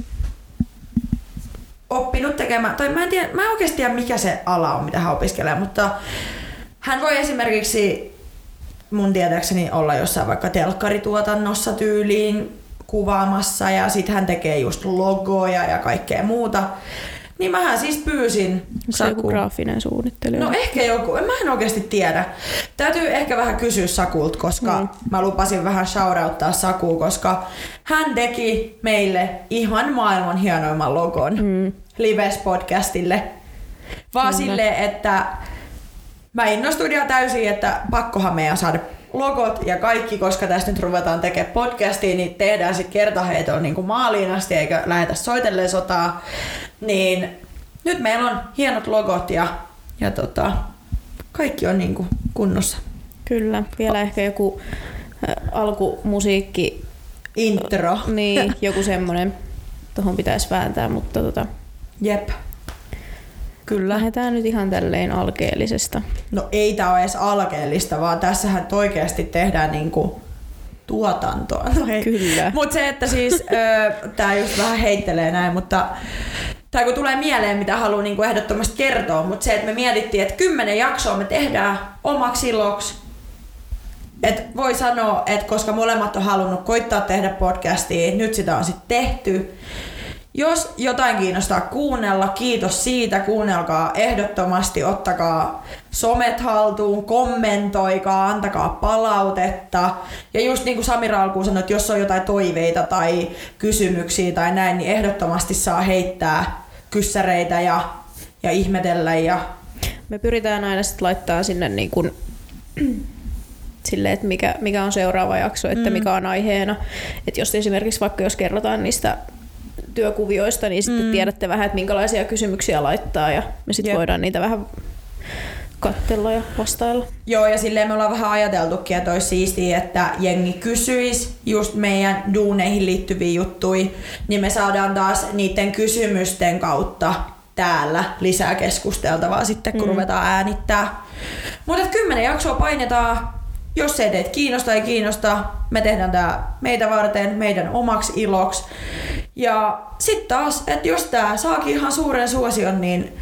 oppinut tekemään, tai mä en tiedä, mä en oikeasti tiedä mikä se ala on, mitä hän opiskelee, mutta hän voi esimerkiksi mun tietääkseni olla jossain vaikka telkkarituotannossa tyyliin kuvaamassa ja sit hän tekee just logoja ja kaikkea muuta. Niin mähän siis pyysin Saku. Joku graafinen suunnittelija? No ehkä joku, mä en oikeasti tiedä. Täytyy ehkä vähän kysyä Sakulta, koska mm. mä lupasin vähän shoutouttaa Sakua, koska hän teki meille ihan maailman hienoimman logon mm. Lives-podcastille. Vaan mm. silleen, että mä innostuin ihan täysin, että pakkohan meidän saada logot ja kaikki, koska tästä nyt ruvetaan tekemään podcastia, niin tehdään sitten kertaheitoa niin kuin maaliin asti eikä lähdetä soitelleen sotaa. Niin nyt meillä on hienot logot ja, ja tota, kaikki on niin kuin kunnossa. Kyllä, vielä ehkä joku äh, alkumusiikki. Intro. Niin, joku semmonen. Tuohon pitäisi vääntää, mutta tota. Jep. Kyllä. Lähdetään nyt ihan tälleen alkeellisesta. No ei tää ole edes alkeellista, vaan tässähän oikeasti tehdään niinku tuotantoa. No Kyllä. Mut se, että siis, ö, tää just vähän heittelee näin, mutta tai kun tulee mieleen, mitä haluan niinku ehdottomasti kertoa, mutta se, että me mietittiin, että kymmenen jaksoa me tehdään omaksi iloksi. Et voi sanoa, että koska molemmat on halunnut koittaa tehdä podcastia, nyt sitä on sitten tehty. Jos jotain kiinnostaa kuunnella, kiitos siitä, kuunnelkaa ehdottomasti, ottakaa somet haltuun, kommentoikaa, antakaa palautetta. Ja just niin kuin Samira alkuun sanoi, että jos on jotain toiveita tai kysymyksiä tai näin, niin ehdottomasti saa heittää kyssäreitä ja, ja ihmetellä. Ja me pyritään aina sit laittaa sinne niin kuin silleen, että mikä, mikä on seuraava jakso, että mm. mikä on aiheena. Että jos esimerkiksi vaikka jos kerrotaan niistä työkuvioista, niin sitten mm. tiedätte vähän, että minkälaisia kysymyksiä laittaa ja me sitten yep. voidaan niitä vähän katsella ja vastailla. Joo, ja silleen me ollaan vähän ajateltukin, että olisi siistiä, että jengi kysyisi just meidän duuneihin liittyviä juttuja, niin me saadaan taas niiden kysymysten kautta täällä lisää keskusteltavaa sitten, kun mm. ruvetaan äänittää. Mutta kymmenen jaksoa painetaan jos se teet kiinnosta ei kiinnosta, me tehdään tää meitä varten, meidän omaksi iloksi. Ja sit taas, että jos tää saakin ihan suuren suosion, niin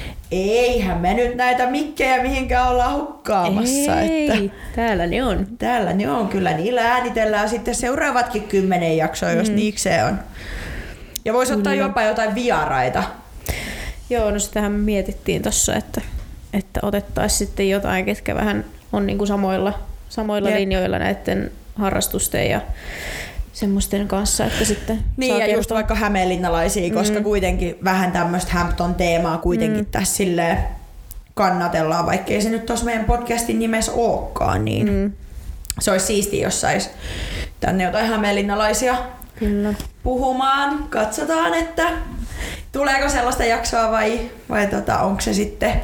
eihän me nyt näitä mikkejä mihinkään olla hukkaamassa. Ei, että täällä ne on. Täällä ne on, kyllä niillä äänitellään sitten seuraavatkin kymmenen jaksoa, jos mm. niikseen on. Ja voisi ottaa jopa jotain vieraita. Joo, no sitähän me mietittiin tossa, että, että otettaisiin sitten jotain, ketkä vähän on niinku samoilla, samoilla linjoilla näiden harrastusten ja semmoisten kanssa, että sitten niin ja kertoa. Just vaikka hämeenlinnalaisia, koska mm. kuitenkin vähän tämmöistä Hampton-teemaa kuitenkin mm. tässä silleen kannatellaan, vaikkei se nyt tuossa meidän podcastin nimessä olekaan, niin mm. se olisi siistiä, jos sais tänne jotain hämeenlinnalaisia Kyllä. puhumaan. Katsotaan, että tuleeko sellaista jaksoa vai, vai tota, onko se sitten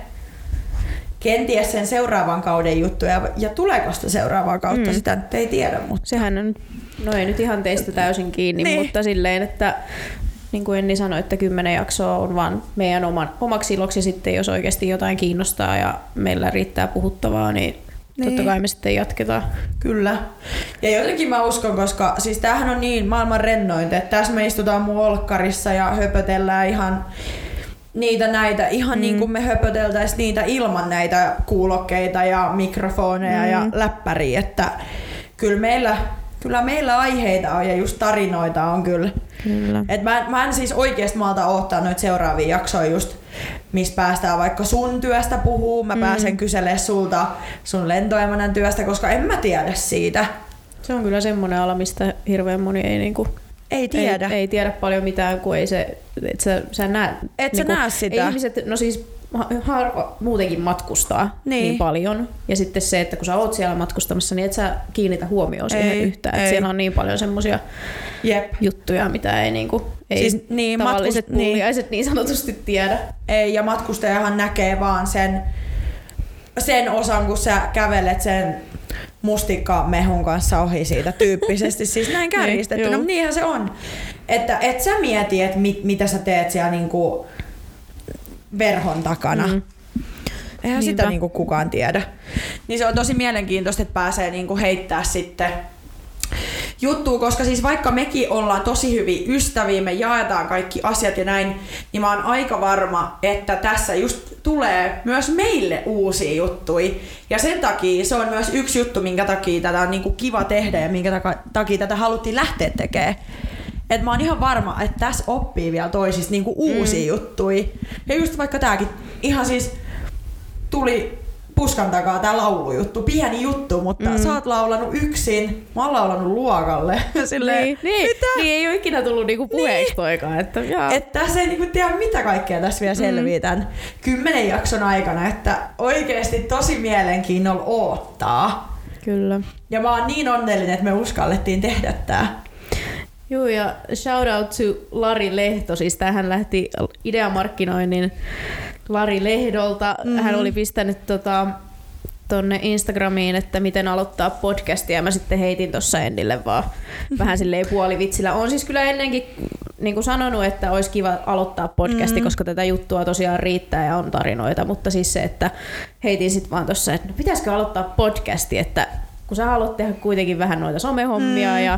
kenties sen seuraavan kauden juttu ja, ja tuleeko sitä seuraavaa kautta, mm. sitä nyt ei tiedä. Mutta sehän on, no ei nyt ihan teistä täysin kiinni, niin. mutta silleen, että niin kuin Enni sanoi, että kymmenen jaksoa on vaan meidän oman, omaksi iloksi sitten, jos oikeasti jotain kiinnostaa ja meillä riittää puhuttavaa, niin, niin totta kai me sitten jatketaan. Kyllä. Ja jotenkin mä uskon, koska siis tämähän on niin maailman rennointa, että tässä me istutaan mun olkkarissa ja höpötellään ihan niitä näitä, ihan mm. niin kuin me höpöteltäisiin niitä ilman näitä kuulokkeita ja mikrofoneja mm. ja läppäriä, että kyllä meillä, kyllä meillä aiheita on ja just tarinoita on kyllä. Kyllä. Et mä, mä en siis oikeesti malta odottaa noita seuraavia jaksoja just, missä päästään vaikka sun työstä puhuu, mä mm. pääsen kyselemään sulta sun lentoemännän työstä, koska en mä tiedä siitä. Se on kyllä semmoinen ala, mistä hirveän moni ei niinku Ei tiedä. Ei, ei tiedä paljon mitään, kun ei se, et sä, sä näe. Et sä niin näe sitä. Ei ihmiset, no siis harva muutenkin matkustaa niin. niin paljon. Ja sitten se, että kun sä oot siellä matkustamassa, niin et sä kiinnitä huomioon siihen ei, yhtään. Ei. Et siellä on niin paljon semmosia Jep. juttuja, mitä ei, niinku, ei siis, niin, tavalliset matkus, pulliaiset niin. niin sanotusti tiedä. Ei, ja matkustajahan näkee vaan sen, sen osan, kun sä kävelet sen mustikkamehun kanssa ohi siitä tyyppisesti, siis näin kärjistetty. No niinhän se on. Että et sä mieti, että mit, mitä sä teet siellä niinku verhon takana. Mm. Eihän Niinpä. sitä niinku kukaan tiedä. Niin se on tosi mielenkiintoista, että pääsee niinku heittää sitten juttua, koska siis vaikka mekin ollaan tosi hyviä ystäviä, me jaetaan kaikki asiat ja näin, niin mä oon aika varma, että tässä just tulee myös meille uusia juttuja. Ja sen takia se on myös yksi juttu, minkä takia tätä on niinku kiva tehdä ja minkä takia tätä haluttiin lähteä tekemään. Et mä oon ihan varma, että tässä oppii vielä toisista niinku uusia mm. juttuja. Ja just vaikka tääkin ihan siis tuli puskan takaa tää laulujuttu, pieni juttu, mutta mm. sä oot laulanut yksin, mä oon laulanut luokalle. Silleen, niin, niin, niin ei oo ikinä tullut niinku puheeksi toikaan. Että, että tässä ei niinku tiedä mitä kaikkea tässä vielä selviää mm. tämän kymmenen jakson aikana, että oikeesti tosi mielenkiinnolla oottaa. Kyllä. Ja mä oon niin onnellinen, että me uskallettiin tehdä tää. Joo, ja shout out to Lari Lehto, siis tämähän lähti ideamarkkinoinnin Lari Lehdolta. Mm-hmm. Hän oli pistänyt tota, tonne Instagramiin, että miten aloittaa podcastia, ja mä sitten heitin tossa Ennille vaan vähän silleen puolivitsillä. Oon siis kyllä ennenkin niin kuin sanonut, että olisi kiva aloittaa podcasti, mm-hmm. koska tätä juttua tosiaan riittää ja on tarinoita, mutta siis se, että heitin sitten vaan tossa, että no, pitäisikö aloittaa podcasti, että kun sä haluat tehdä kuitenkin vähän noita somehommia mm. ja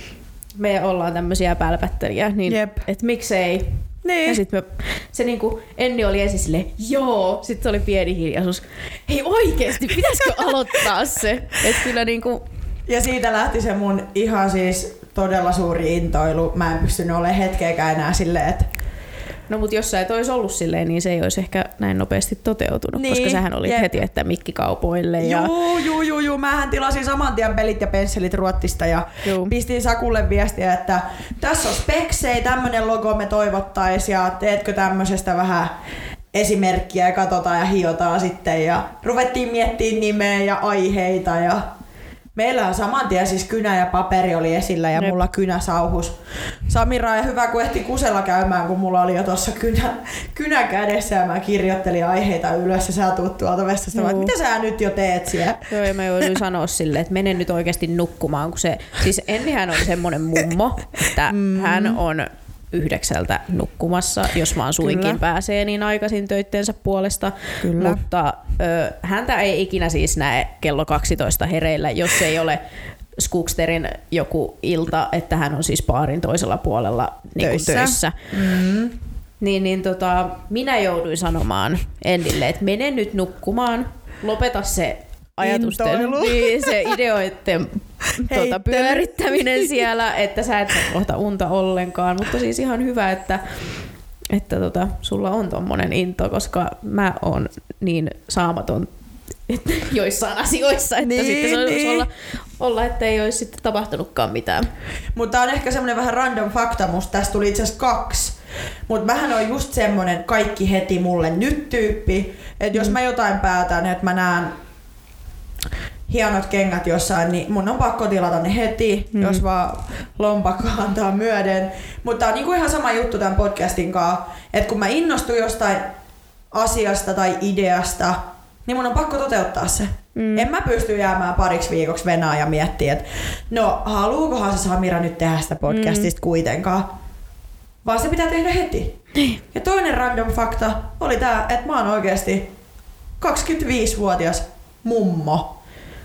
me ollaan tämmöisiä pälpättäjiä, niin et miksei. Niin. Ja sit me, se niinku, Enni oli ensin silleen, joo, sit se oli pieni hiljaisuus. Hei oikeesti, pitäisikö aloittaa se? Et kyllä niinku. Ja siitä lähti se mun ihan siis todella suuri intoilu. Mä en pystynyt olemaan hetkeäkään enää silleen, että no mut jos sä et ois ollut silleen, niin se ei olisi ehkä näin nopeasti toteutunut, niin, koska sähän olit jep. heti, että mikkikaupoille. Ja juu, juu, juu, juu. Mähän tilasin saman tien pelit ja pensselit Ruotsista ja juu. pistin Sakulle viestiä, että tässä on speksei, tämmönen logo me toivottais ja teetkö tämmöisestä vähän esimerkkiä ja katsotaan ja hiotaan sitten. Ja ruvettiin miettimään nimeä ja aiheita ja meillä on saman tien siis kynä ja paperi oli esillä ja Jep. mulla kynä sauhus. Samira ja hyvä kun ehti kusella käymään, kun mulla oli jo tossa kynä, kynä kädessä ja mä kirjoittelin aiheita ylös ja sä tuut tuolta vessasta vaan, mitä sä nyt jo teet siellä? Joo ja mä jouduin sanoa silleen, että mene nyt oikeasti nukkumaan, kun se, siis Ennihän on semmonen mummo, että mm. hän on yhdeksältä nukkumassa, jos vaan suinkin Kyllä. pääsee niin aikaisin töitteensä puolesta. Kyllä. Mutta ö, häntä ei ikinä siis näe kello kaksitoista hereillä, jos ei ole Skooksterin joku ilta, että hän on siis baarin toisella puolella niin töissä. töissä. Mm-hmm. Niin, niin tota, minä jouduin sanomaan Endille, että mene nyt nukkumaan, lopeta se ajatusten, niin, se ideoiden tuota, pyörittäminen siellä, että sä et saa kohta unta ollenkaan, mutta siis ihan hyvä, että, että tota, sulla on tommonen into, koska mä oon niin saamaton että joissain asioissa, että niin, sitten se olisi niin. olla, olla, että ei olisi sitten tapahtunutkaan mitään. Mutta on ehkä semmoinen vähän random fakta, musta tästä tuli itse asiassa kaksi. Mutta mähän on just semmonen kaikki heti mulle nyt tyyppi, että jos mm. mä jotain päätän, että mä näen hienot kengät jossain, niin mun on pakko tilata ne heti, mm. jos vaan lompakko antaa myöden. Mutta tää on niinku ihan sama juttu tämän podcastin kanssa, että kun mä innostun jostain asiasta tai ideasta, niin mun on pakko toteuttaa se. Mm. En mä pysty jäämään pariksi viikoksi venää ja miettiä, että no haluukohan se Samira nyt tehdä sitä podcastista mm. kuitenkaan. Vaan se pitää tehdä heti. Ja toinen random fakta oli tää, että mä oon oikeesti kaksikymmentäviisivuotias mummo.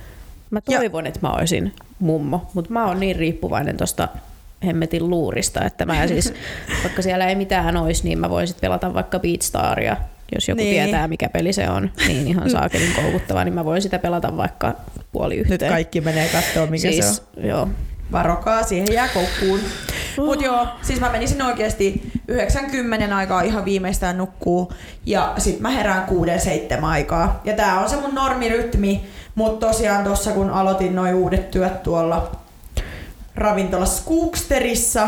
Mä toivon, ja että mä olisin mummo, mutta mä oon niin riippuvainen tosta hemmetin luurista, että mä siis, vaikka siellä ei mitään ois, niin mä voin sit pelata vaikka Beatstaria. Jos joku niin. tietää, mikä peli se on, niin ihan saakelin koukuttava, niin mä voin sitä pelata vaikka puoli yhteen. Nyt kaikki menee katsoa, mikä siis, se on. Joo. Varokaa, siihen jää koukkuun. Oh. Mut joo, siis mä menisin oikeesti yhdeksänkymmentä aikaa ihan viimeistään nukkuu ja sit mä herään kuuden seitsemän aikaa. Ja tää on se mun normirytmi, mut tosiaan tossa kun aloitin noi uudet työt tuolla ravintolassa Skooksterissa,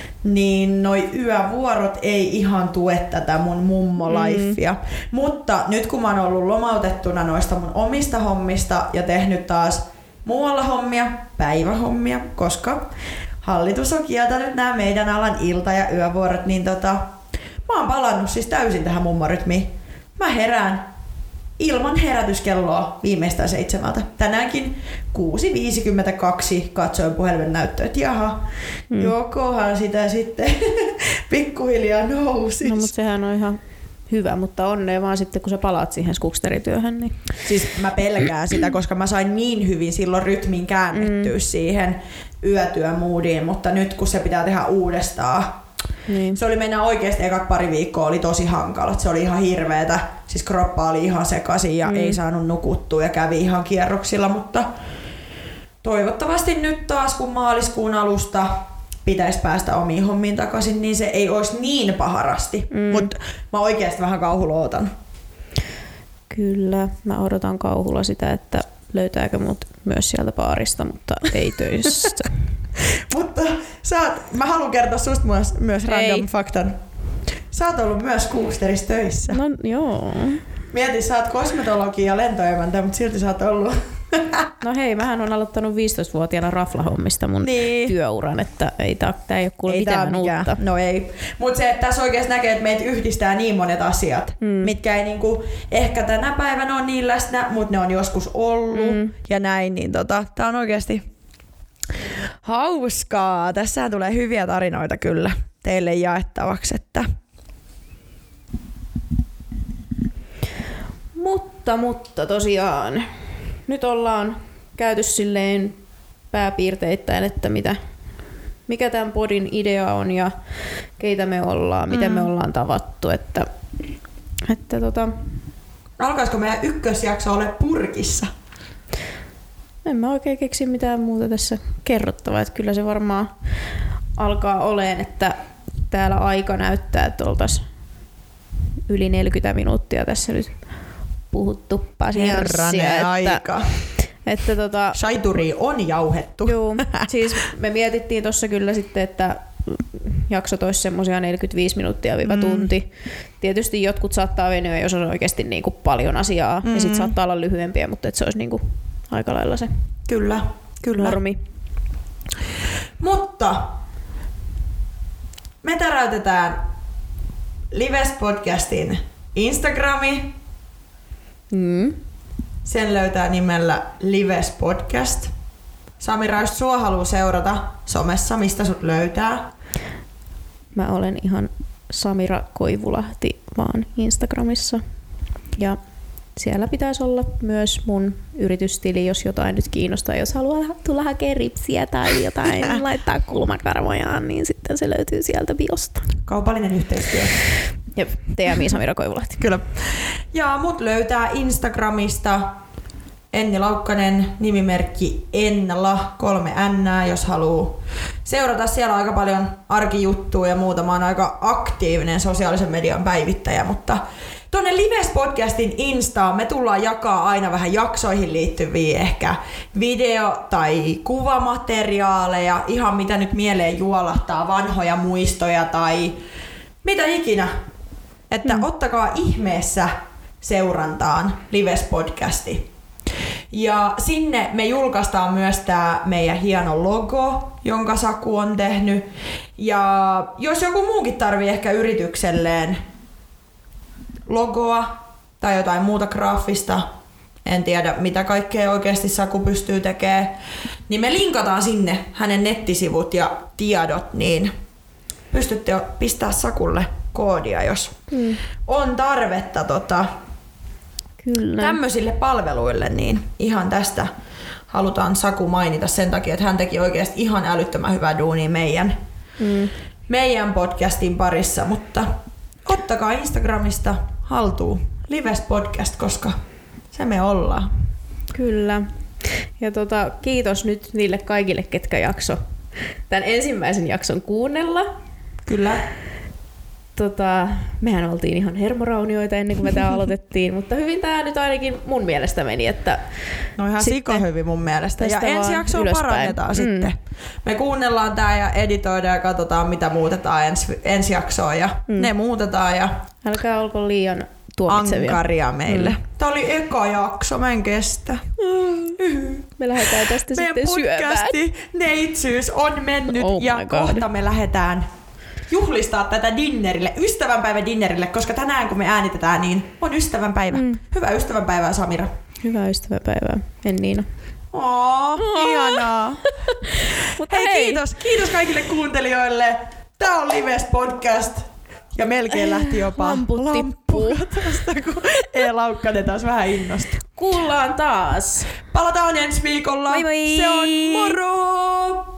niin noi yövuorot ei ihan tue tätä mun mummo-lifea. Mm. Mutta nyt kun mä oon ollut lomautettuna noista mun omista hommista ja tehnyt taas muualla hommia, päivähommia, koska hallitus on kieltänyt nämä meidän alan ilta- ja yövuorot, niin tota, mä oon palannut siis täysin tähän mummorytmiin. Mä herään ilman herätyskelloa viimeistään seitsemältä. Tänäänkin kuusi viisikymmentäkaksi katsoin puhelimen näyttöä, että jaha, hmm. jokohan sitä sitten pikkuhiljaa nousis. No mutta sehän on ihan hyvä, mutta onnea vaan sitten kun sä palaat siihen Skooksteri-työhön. Niin. Siis mä pelkään sitä, koska mä sain niin hyvin silloin rytmin käännettyä mm. siihen yötyömoodiin, mutta nyt kun se pitää tehdä uudestaan, niin. Se oli mennä oikeesti ekat pari viikkoa oli tosi hankala. Se oli ihan hirveetä. Siis kroppa oli ihan sekaisin ja mm. ei saanut nukuttua ja kävi ihan kierroksilla, mutta toivottavasti nyt taas kun maaliskuun alusta pitäisi päästä omiin hommiin takaisin, niin se ei olisi niin paharasti. Mm. Mutta mä oikeesti vähän kauhulla ootan. Kyllä, mä odotan kauhulla sitä, että löytääkö mut myös sieltä baarista, mutta ei töistä. Mutta sä oot, mä haluan kertoa susta myös, myös random faktan. Sä oot ollut myös Skooksterissa töissä. No joo. Mieti, sä oot kosmetologi ja lentoemäntä, mutta silti sä oot ollut. No hei, mähän on aloittanut viisitoistavuotiaana raflahommista mun niin. työuran, että ei tää, tää ei oo kuule mitään uutta. No ei. Mut se, että tässä oikeesti näkee, että meitä yhdistää niin monet asiat, mm. mitkä ei niinku ehkä tänä päivänä on niin läsnä, mutta ne on joskus ollut mm. ja näin, niin tota, tää on oikeesti hauskaa. Tässähän tulee hyviä tarinoita kyllä teille jaettavaksi, että Mutta, mutta tosiaan, nyt ollaan käyty silleen pääpiirteittäin, että mitä, mikä tämän podin idea on ja keitä me ollaan, miten mm. me ollaan tavattu. Että, että tota... Alkaisiko meidän ykkösjakso ole purkissa? En mä oikein keksi mitään muuta tässä kerrottavaa. Että kyllä se varmaan alkaa oleen, että täällä aika näyttää, että oltaisiin yli neljäkymmentä minuuttia tässä nyt puhuttu pasianssia, että, aika. että tota, shaituri on jauhettu. Juu, siis me mietittiin tuossa kyllä sitten, että jaksot olisi semmoisia neljäkymmentäviisi minuuttia viiva mm. tunti. Tietysti jotkut saattaa venyä, jos on oikeasti niin kuin paljon asiaa, mm. ja sitten saattaa olla lyhyempiä, mutta että se olisi niin kuin aika lailla se kyllä, kyllä. normi. Mutta me täräytetään Lives-podcastin Instagrami. Mm. Sen löytää nimellä Lives Podcast. Samira, jos sua haluaa seurata somessa, mistä sut löytää? mä olen ihan Samira Koivulahti vaan Instagramissa. Ja siellä pitäisi olla myös mun yritystili, jos jotain nyt kiinnostaa. Jos haluaa tulla hakemaan ripsiä tai jotain laittaa kulmakarvojaan, niin sitten se löytyy sieltä biosta. Kaupallinen yhteistyö. Jep, T M I Samira Koivulahti. Kyllä. Ja mut löytää Instagramista Enni Laukkanen, nimimerkki Ennala, kolme N, jos haluu seurata. Siellä on aika paljon arkijuttuja ja muuta. Mä oon aika aktiivinen sosiaalisen median päivittäjä, mutta tuonne Lives-podcastin Instaan me tullaan jakaa aina vähän jaksoihin liittyviä ehkä video- tai kuvamateriaaleja, ihan mitä nyt mieleen juolahtaa, vanhoja muistoja tai mitä ikinä. Että mm. ottakaa ihmeessä seurantaan Lives-podcasti. Ja sinne me julkaistaan myös tää meidän hieno logo, jonka Saku on tehnyt. Ja jos joku muukin tarvii ehkä yritykselleen logoa tai jotain muuta graafista, en tiedä mitä kaikkea oikeasti Saku pystyy tekemään, niin me linkataan sinne hänen nettisivut ja tiedot, niin pystytte jo pistää Sakulle koodia, jos mm. on tarvetta tota, Kyllä. tämmöisille palveluille, niin ihan tästä halutaan Saku mainita sen takia, että hän teki oikeasti ihan älyttömän hyvää duunia meidän, mm. meidän podcastin parissa, mutta ottakaa Instagramista haltuun Lives Podcast, koska se me ollaan. Kyllä. Ja tota, kiitos nyt niille kaikille, ketkä jakso tämän ensimmäisen jakson kuunnella. Kyllä. Tota, mehän oltiin ihan hermoraunioita ennen kuin me tää aloitettiin, mutta hyvin tää nyt ainakin mun mielestä meni. Että no ihan sika hyvin mun mielestä. Ja ensi jaksoa parannetaan mm. sitten. Me kuunnellaan tää ja editoidaan ja katsotaan mitä muutetaan ensi, ensi jaksoa ja mm. ne muutetaan. Ja älkää olko liian tuomitsevia. Ankaria meille. Mm. Tää oli eka jakso, mä en kestä. Mm. Me lähdetään tästä meidän sitten syömään. Meidän podcasti Neitsyys on mennyt oh ja kohta me lähdetään juhlistaa tätä dinnerille, ystävänpäivä dinnerille, koska tänään kun me äänitetään, niin on ystävänpäivä. Mm. Hyvää ystävänpäivää, Samira. Hyvää ystävänpäivää, Enniina. Oh, ihanaa. Mutta hei, hei, kiitos. Kiitos kaikille kuuntelijoille. Tää on Lives Podcast. Ja melkein lähti jopa lamput tippuu tästä, kun E. Laukkanen taas vähän innosti. Kuullaan taas. Palataan ensi viikolla. Moi moi. Se on moro!